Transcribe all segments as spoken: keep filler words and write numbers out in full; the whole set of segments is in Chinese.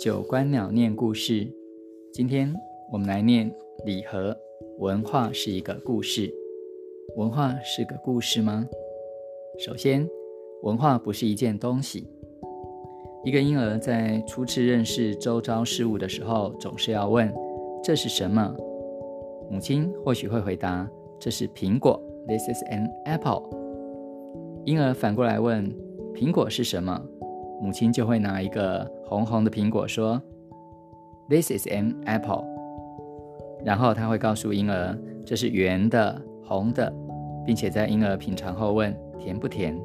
九官鸟念故事。今天我们来念礼和。文化是一个故事。文化是个故事吗？首先，文化不是一件东西。一个婴儿在初次认识周遭事物的时候，总是要问：这是什么？母亲或许会回答：这是苹果 This is an apple。 婴儿反过来问：苹果是什么？母亲就会拿一个红红的苹果说 This is an apple。 然后他会告诉婴儿这是圆的红的，并且在婴儿品尝后问甜不甜。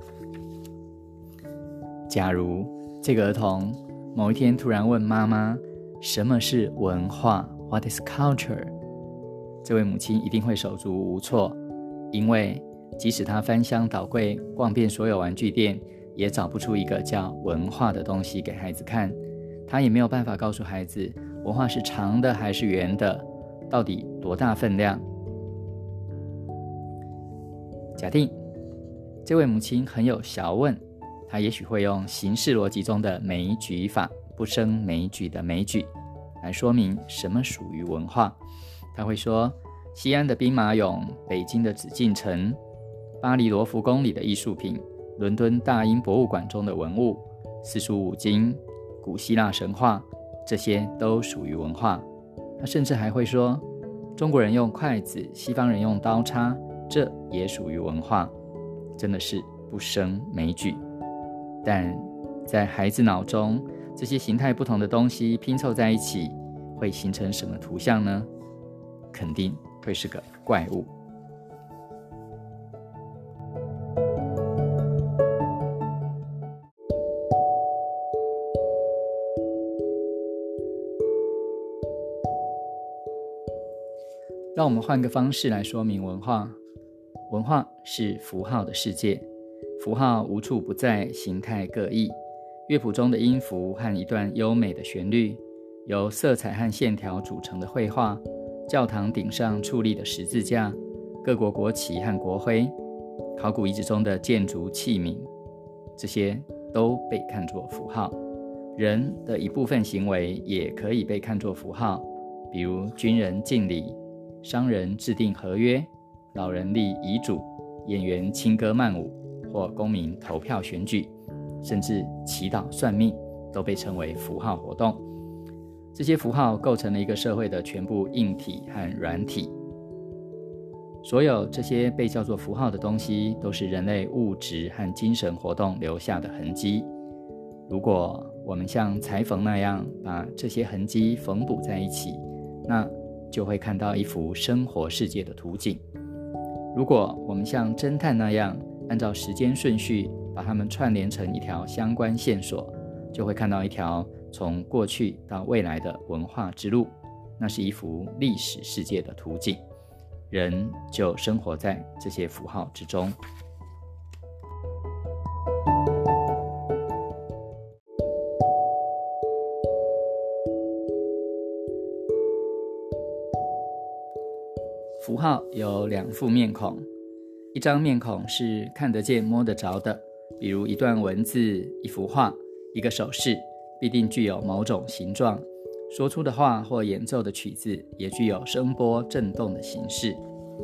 假如这个儿童某一天突然问妈妈什么是文化 What is culture？ 这位母亲一定会手足无措，因为即使他翻箱倒柜逛遍所有玩具店，也找不出一个叫文化的东西给孩子看。他也没有办法告诉孩子文化是长的还是圆的，到底多大分量。假定这位母亲很有学问，她也许会用形式逻辑中的枚举法，不胜枚举的枚举来说明什么属于文化。她会说，西安的兵马俑，北京的紫禁城，巴黎罗浮宫里的艺术品，伦敦大英博物馆中的文物，四书五经，古希腊神话，这些都属于文化。他甚至还会说，中国人用筷子，西方人用刀叉，这也属于文化。真的是不胜枚举。但在孩子脑中，这些形态不同的东西拼凑在一起，会形成什么图像呢？肯定会是个怪物。让我们换个方式来说明文化。文化是符号的世界，符号无处不在，形态各异。乐谱中的音符和一段优美的旋律，由色彩和线条组成的绘画，教堂顶上矗立的十字架，各国国旗和国徽，考古遗址中的建筑器皿，这些都被看作符号。人的一部分行为也可以被看作符号，比如军人敬礼，商人制定合约，老人立遗嘱，演员轻歌曼舞，或公民投票选举，甚至祈祷算命，都被称为符号活动。这些符号构成了一个社会的全部硬体和软体。所有这些被叫做符号的东西，都是人类物质和精神活动留下的痕迹。如果我们像裁缝那样把这些痕迹缝补在一起，那就会看到一幅生活世界的图景。如果我们像侦探那样按照时间顺序把它们串联成一条相关线索，就会看到一条从过去到未来的文化之路。那是一幅历史世界的图景，人就生活在这些符号之中。符号有两副面孔，一张面孔是看得见摸得着的，比如一段文字、一幅画、一个手势，必定具有某种形状，说出的话或演奏的曲子也具有声波震动的形式。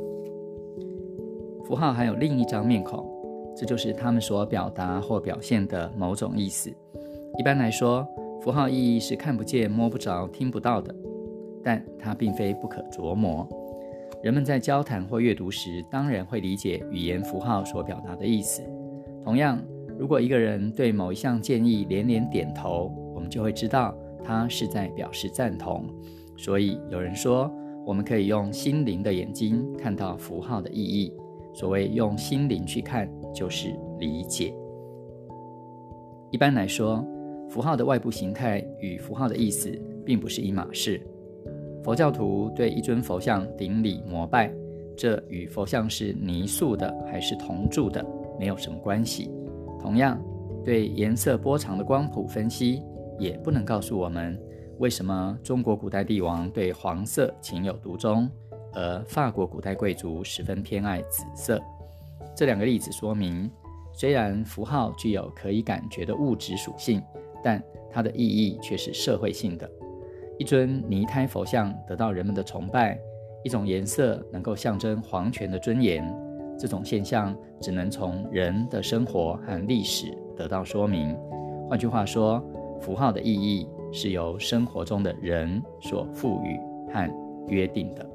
符号还有另一张面孔，这就是它们所表达或表现的某种意思。一般来说，符号意义是看不见、摸不着、听不到的，但它并非不可琢磨。人们在交谈或阅读时，当然会理解语言符号所表达的意思。同样，如果一个人对某一项建议连连点头，我们就会知道他是在表示赞同。所以有人说，我们可以用心灵的眼睛看到符号的意义。所谓用心灵去看，就是理解。一般来说，符号的外部形态与符号的意思并不是一码事。佛教徒对一尊佛像顶礼膜拜，这与佛像是泥塑的还是铜铸的没有什么关系。同样，对颜色波长的光谱分析，也不能告诉我们为什么中国古代帝王对黄色情有独钟，而法国古代贵族十分偏爱紫色。这两个例子说明，虽然符号具有可以感觉的物质属性， 但它的意义却是社会性的。一尊泥胎佛像得到人们的崇拜，一种颜色能够象征皇权的尊严，这种现象只能从人的生活和历史得到说明。换句话说，符号的意义是由生活中的人所赋予和约定的。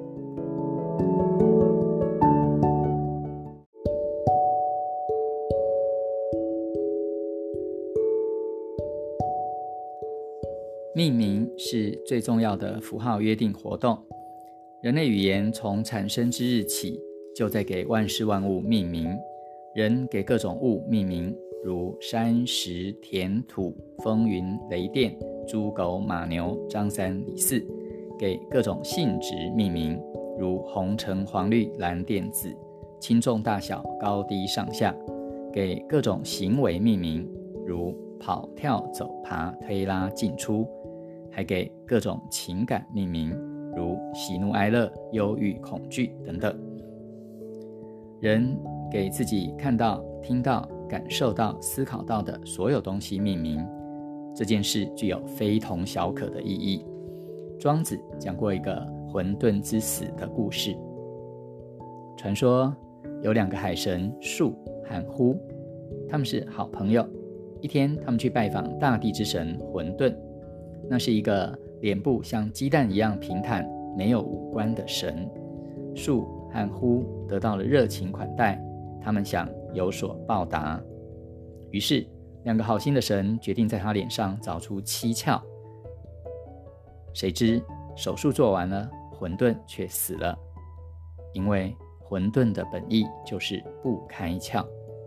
命名是最重要的符号约定活动。人类语言从产生之日起，就在给万事万物命名。人给各种物命名，如山石田土风云雷电猪狗马牛张三李四；给各种性质命名，如红橙黄绿蓝靛紫轻重大小高低上下；给各种行为命名，如跑跳走爬推拉进出；还给各种情感命名，如喜怒哀乐忧郁恐惧等等。人给自己看到听到感受到思考到的所有东西命名，这件事具有非同小可的意义。庄子讲过一个混沌之死的故事。传说有两个海神树和呼，他们是好朋友。一天他们去拜访大地之神混沌，那是一个脸部像鸡蛋一样平坦没有五官的神。树和呼得到了热情款待，他们想有所报答，于是两个好心的神决定在他脸上凿出七窍。谁知手术做完了，混沌却死了，因为混沌的本意就是不开窍。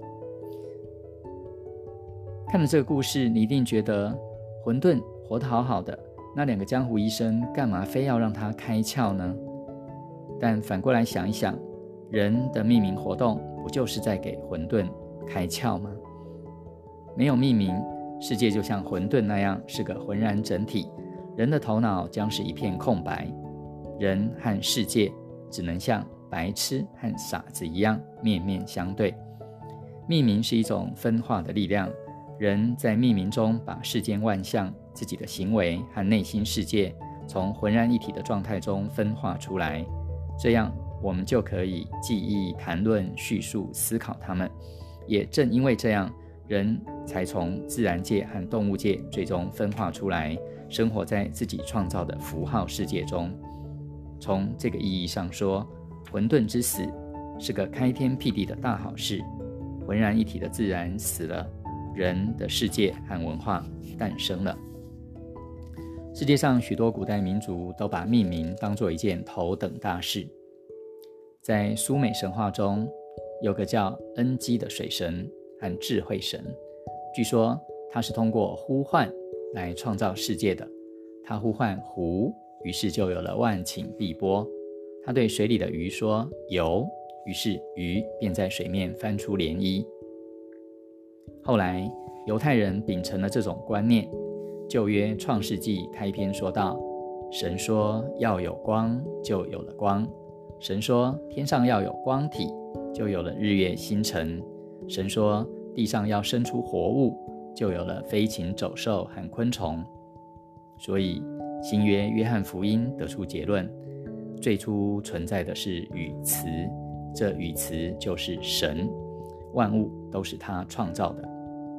看了这个故事，你一定觉得混沌活得好好的，那两个江湖医生干嘛非要让他开窍呢？但反过来想一想，人的命名活动不就是在给混沌开窍吗？没有命名，世界就像混沌那样是个浑然整体，人的头脑将是一片空白，人和世界只能像白痴和傻子一样面面相对。命名是一种分化的力量，人在命名中把世间万象、自己的行为和内心世界从浑然一体的状态中分化出来，这样我们就可以记忆、谈论、叙述、思考它们。也正因为这样，人才从自然界和动物界最终分化出来，生活在自己创造的符号世界中。从这个意义上说，混沌之死是个开天辟地的大好事。浑然一体的自然死了，人的世界和文化诞生了。世界上许多古代民族都把命名当作一件头等大事。在苏美神话中，有个叫恩基的水神和智慧神，据说他是通过呼唤来创造世界的。他呼唤湖，于是就有了万顷碧波。他对水里的鱼说游，于是鱼便在水面翻出涟漪。后来犹太人秉承了这种观念，旧约创世纪开篇说道，神说要有光，就有了光。神说天上要有光体，就有了日月星辰。神说地上要生出活物，就有了飞禽走兽和昆虫。所以新约约翰福音得出结论，最初存在的是语词，这语词就是神，万物都是他创造的。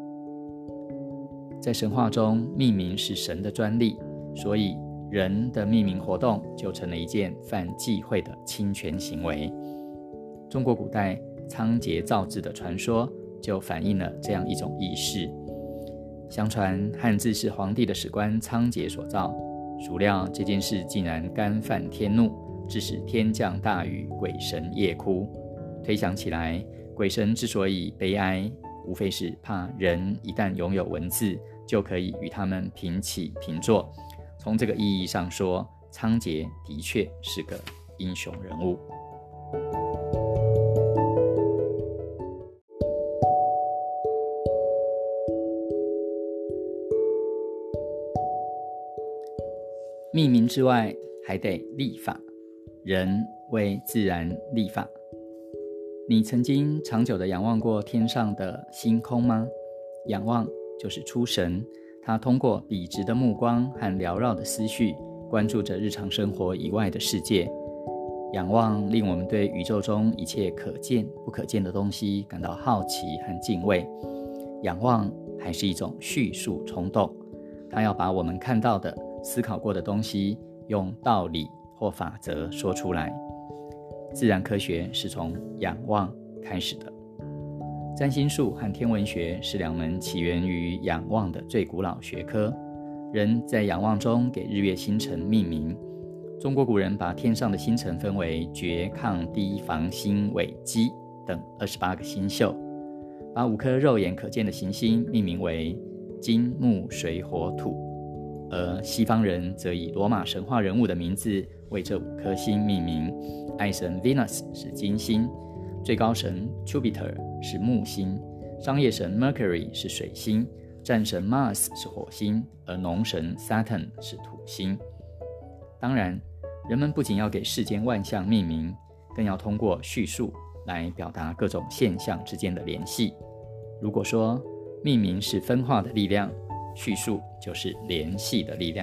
在神话中，命名是神的专利，所以人的命名活动就成了一件犯忌讳的侵权行为。中国古代仓颉造字的传说就反映了这样一种意识。相传汉字是皇帝的史官仓颉所造，孰料这件事竟然干犯天怒，致使天降大雨，鬼神夜哭。推想起来，鬼神之所以悲哀，无非是怕人一旦拥有文字，就可以与他们平起平坐。从这个意义上说，仓颉的确是个英雄人物。命名之外，还得立法，人为自然立法。你曾经长久地仰望过天上的星空吗？仰望就是出神， 他通过笔直的目光和缭绕的思绪，关注着日常生活以外的世界。仰望令我们对宇宙中一切可见不可见的东西感到好奇和敬畏。仰望还是一种叙述冲动，它要把我们看到的、思考过的东西用道理或法则说出来。自然科学是从仰望开始的。占星术和天文学是两门起源于仰望的最古老学科。人在仰望中给日月星辰命名。中国古人把天上的星辰分为厥、亢、低、房、星、尾、基等二十八个星宿，把五颗肉眼可见的行星命名为金、木、水、火、土，而西方人则以罗马神话人物的名字为这五颗星命名。爱神 Venus 是金星，最高神 Jupiter 是木星，商业神 Mercury 是水星，战神 Mars 是火星，而农神 Saturn 是土星。当然，人们不仅要给世间万象命名，更要通过叙述来表达各种现象之间的联系。如果说命名是分化的力量，叙述就是联系的力量。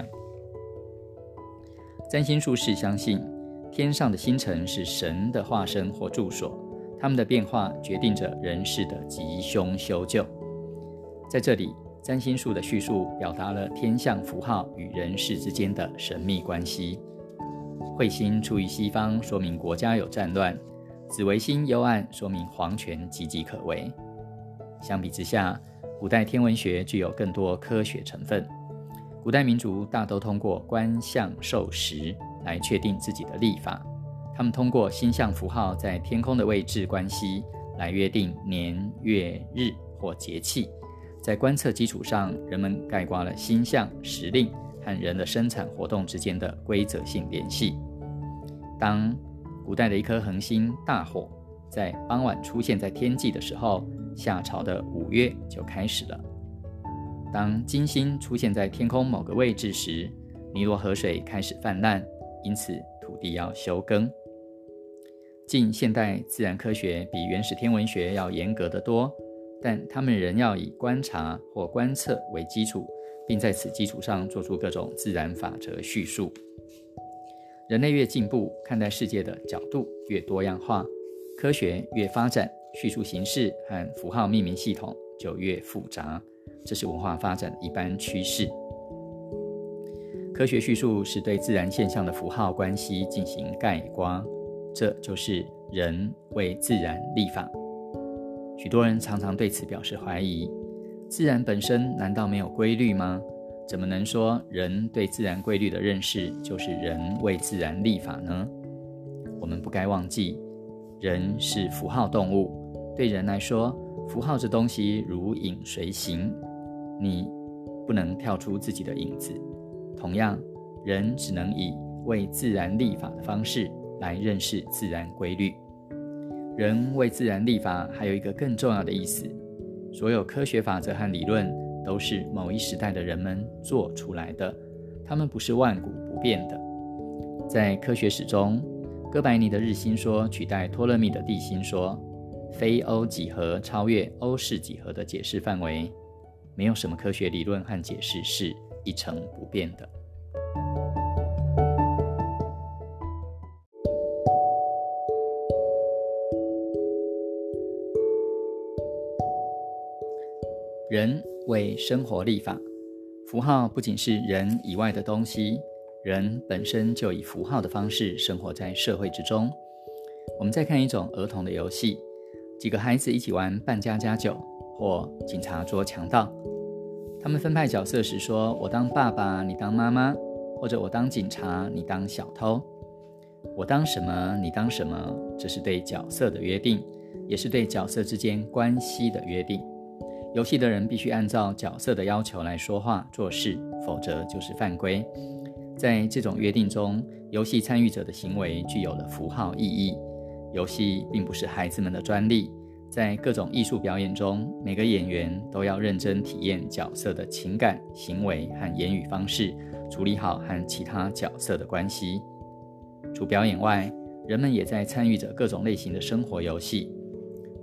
占星术士相信，天上的星辰是神的化身或住所，它们的变化决定着人世的吉凶修旧。在这里，占星术的叙述表达了天象符号与人世之间的神秘关系。彗星处于西方，说明国家有战乱；紫微星幽暗，说明皇权岌岌可危。相比之下，古代天文学具有更多科学成分。古代民族大都通过观象授时来确定自己的历法，他们通过星象符号在天空的位置关系来约定年、月、日或节气。在观测基础上，人们概括了星象、时令和人的生产活动之间的规则性联系。当古代的一颗恒星大火在傍晚出现在天际的时候，夏朝的五月就开始了。当金星出现在天空某个位置时，尼罗河水开始泛滥，因此土地要休耕。近现代自然科学比原始天文学要严格得多，但他们仍要以观察或观测为基础，并在此基础上做出各种自然法则叙述。人类越进步，看待世界的角度越多样化，科学越发展，叙述形式和符号命名系统就越复杂，这是文化发展的一般趋势。科学叙述是对自然现象的符号关系进行概括，这就是人为自然立法。许多人常常对此表示怀疑，自然本身难道没有规律吗？怎么能说人对自然规律的认识就是人为自然立法呢？我们不该忘记，人是符号动物，对人来说，符号这东西如影随形，你不能跳出自己的影子。同样，人只能以为自然立法的方式来认识自然规律。人为自然立法还有一个更重要的意思，所有科学法则和理论都是某一时代的人们做出来的，它们不是万古不变的。在科学史中，哥白尼的日心说取代托勒密的地心说，非欧几何超越欧式几何的解释范围，没有什么科学理论和解释是一成不变的。人为生活立法，符号不仅是人以外的东西，人本身就以符号的方式生活在社会之中。我们再看一种儿童的游戏，几个孩子一起玩扮家家酒或警察捉强盗。他们分派角色时说，我当爸爸，你当妈妈，或者我当警察，你当小偷。我当什么，你当什么，这是对角色的约定，也是对角色之间关系的约定。游戏的人必须按照角色的要求来说话做事，否则就是犯规。在这种约定中，游戏参与者的行为具有了符号意义。游戏并不是孩子们的专利，在各种艺术表演中，每个演员都要认真体验角色的情感、行为和言语方式，处理好和其他角色的关系。除表演外，人们也在参与着各种类型的生活游戏。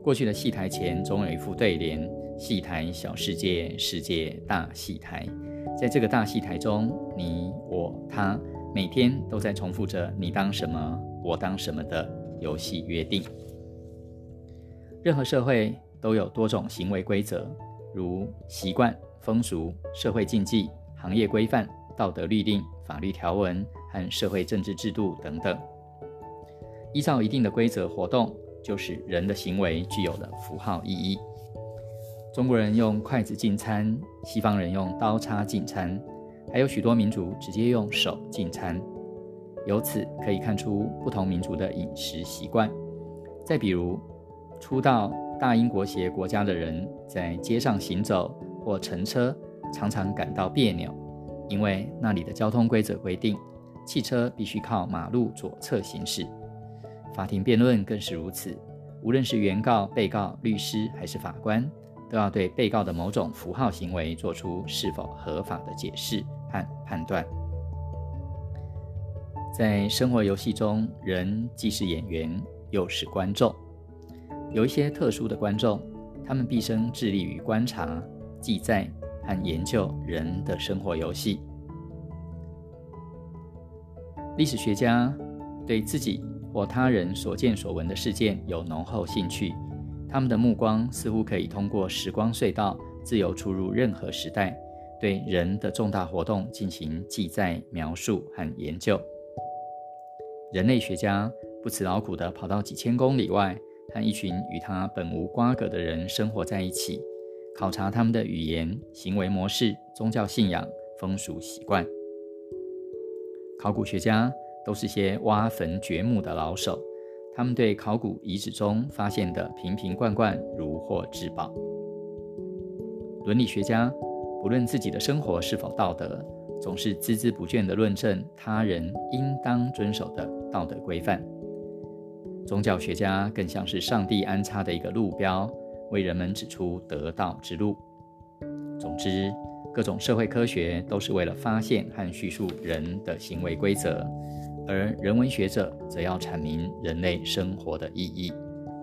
过去的戏台前总有一副对联：戏台小世界，世界大戏台。在这个大戏台中，你我他每天都在重复着你当什么我当什么的游戏约定。任何社会都有多种行为规则，如习惯、风俗、社会禁忌、行业规范、道德律令、法律条文和社会政治制度等等。依照一定的规则活动，就使人的行为具有了符号意义。中国人用筷子进餐，西方人用刀叉进餐，还有许多民族直接用手进餐。由此可以看出不同民族的饮食习惯。再比如，初到大英国协国家的人在街上行走或乘车，常常感到别扭，因为那里的交通规则规定，汽车必须靠马路左侧行驶。法庭辩论更是如此，无论是原告、被告、律师还是法官，都要对被告的某种符号行为做出是否合法的解释和判断。在生活游戏中，人既是演员，又是观众。有一些特殊的观众，他们毕生致力于观察、记载和研究人的生活游戏。历史学家对自己或他人所见所闻的事件有浓厚兴趣，他们的目光似乎可以通过时光隧道自由出入任何时代，对人的重大活动进行记载、描述和研究。人类学家不辞劳苦地跑到几千公里外，和一群与他本无瓜葛的人生活在一起，考察他们的语言、行为模式、宗教信仰、风俗习惯。考古学家都是些挖坟掘墓的老手，他们对考古遗址中发现的瓶瓶罐罐如获至宝。伦理学家不论自己的生活是否道德，总是孜孜不倦地论证他人应当遵守的道德规范。宗教学家更像是上帝安插的一个路标，为人们指出得道之路。总之，各种社会科学都是为了发现和叙述人的行为规则，而人文学者则要阐明人类生活的意义。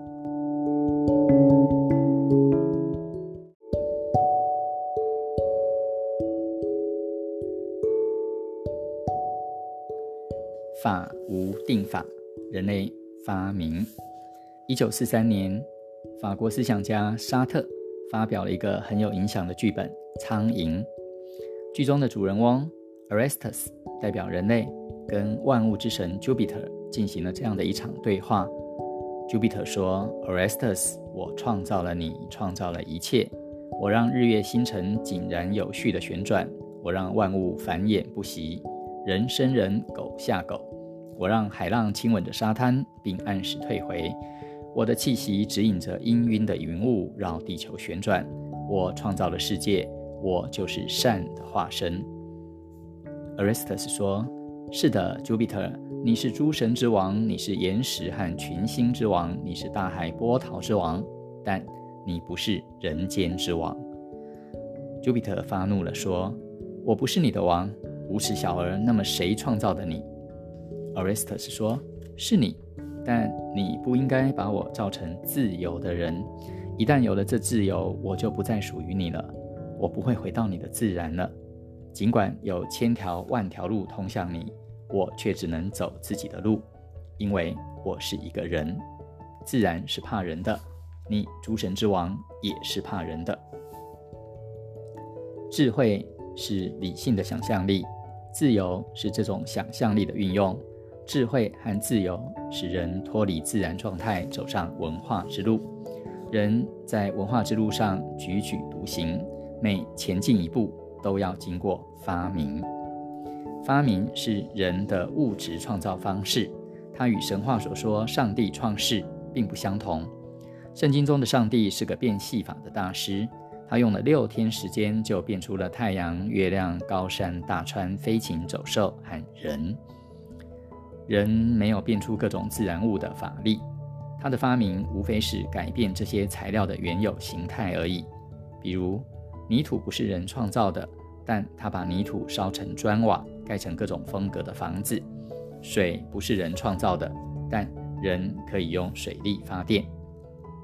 法无定法，人类发明。一九四三年，法国思想家沙特发表了一个很有影响的剧本《苍蝇》。剧中的主人翁 Aristus 代表人类，跟万物之神 Jupiter 进行了这样的一场对话。Jupiter 说： Aristus， 我创造了你，创造了一切，我让日月星辰井然有序地旋转，我让万物繁衍不息，人生人，狗下狗，我让海浪亲吻着沙滩并按时退回，我的气息指引着氤氲的云雾绕地球旋转，我创造了世界，我就是善的化身。 Aristus 说：是的 Jupiter， 你是诸神之王，你是岩石和群星之王，你是大海波涛之王，但你不是人间之王。 Jupiter 发怒了，说：我不是你的王，无耻小儿，那么谁创造的你？ Aristus 说：是你，但你不应该把我造成自由的人，一旦有了这自由，我就不再属于你了，我不会回到你的自然了。尽管有千条万条路通向你，我却只能走自己的路，因为我是一个人。自然是怕人的，你诸神之王也是怕人的。智慧是理性的想象力，自由是这种想象力的运用。智慧和自由使人脱离自然状态，走上文化之路。人在文化之路上踽踽独行，每前进一步都要经过发明。发明是人的物质创造方式，它与神话所说上帝创世并不相同。圣经中的上帝是个变戏法的大师，他用了六天时间就变出了太阳、月亮、高山、大川、飞禽走兽和人。人没有变出各种自然物的法力，他的发明无非是改变这些材料的原有形态而已。比如，泥土不是人创造的，但他把泥土烧成砖瓦，盖成各种风格的房子。水不是人创造的，但人可以用水力发电。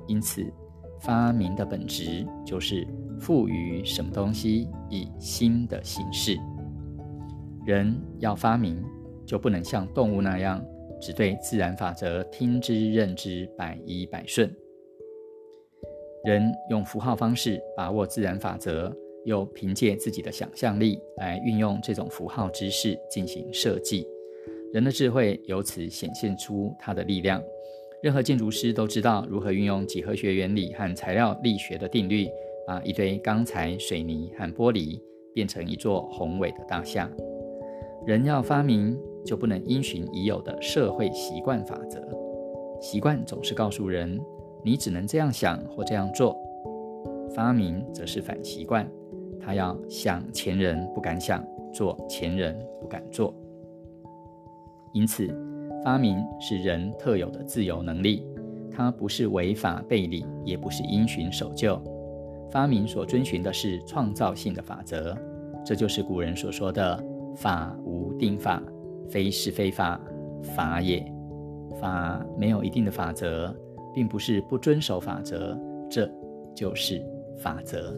因此发明的本质就是赋予什么东西以新的形式。人要发明，就不能像动物那样只对自然法则听之任之，百依百顺。人用符号方式把握自然法则，又凭借自己的想象力来运用这种符号知识进行设计，人的智慧由此显现出它的力量。任何建筑师都知道如何运用几何学原理和材料力学的定律，把一堆钢材、水泥和玻璃变成一座宏伟的大厦。人要发明，就不能因循已有的社会习惯法则。习惯总是告诉人，你只能这样想或这样做。发明则是反习惯，他要想前人不敢想，做前人不敢做。因此，发明是人特有的自由能力，它不是违法背理，也不是因循守旧。发明所遵循的是创造性的法则，这就是古人所说的法无定法，非是非法，法也。法没有一定的法则，并不是不遵守法则，这就是法则。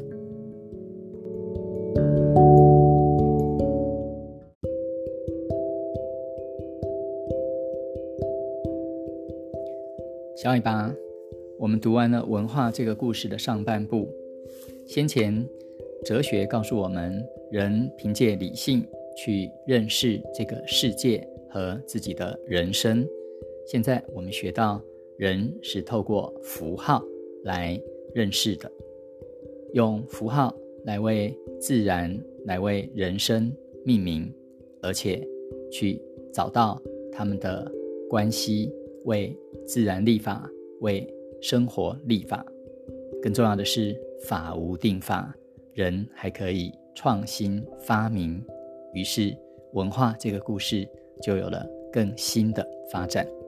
小尾巴，我们读完了文化这个故事的上半部。先前哲学告诉我们，人凭借理性去认识这个世界和自己的人生。现在我们学到，人是透过符号来认识的，用符号来为自然、来为人生命名，而且去找到他们的关系，为自然立法，为生活立法。更重要的是，法无定法，人还可以创新发明，于是文化这个故事就有了更新的发展。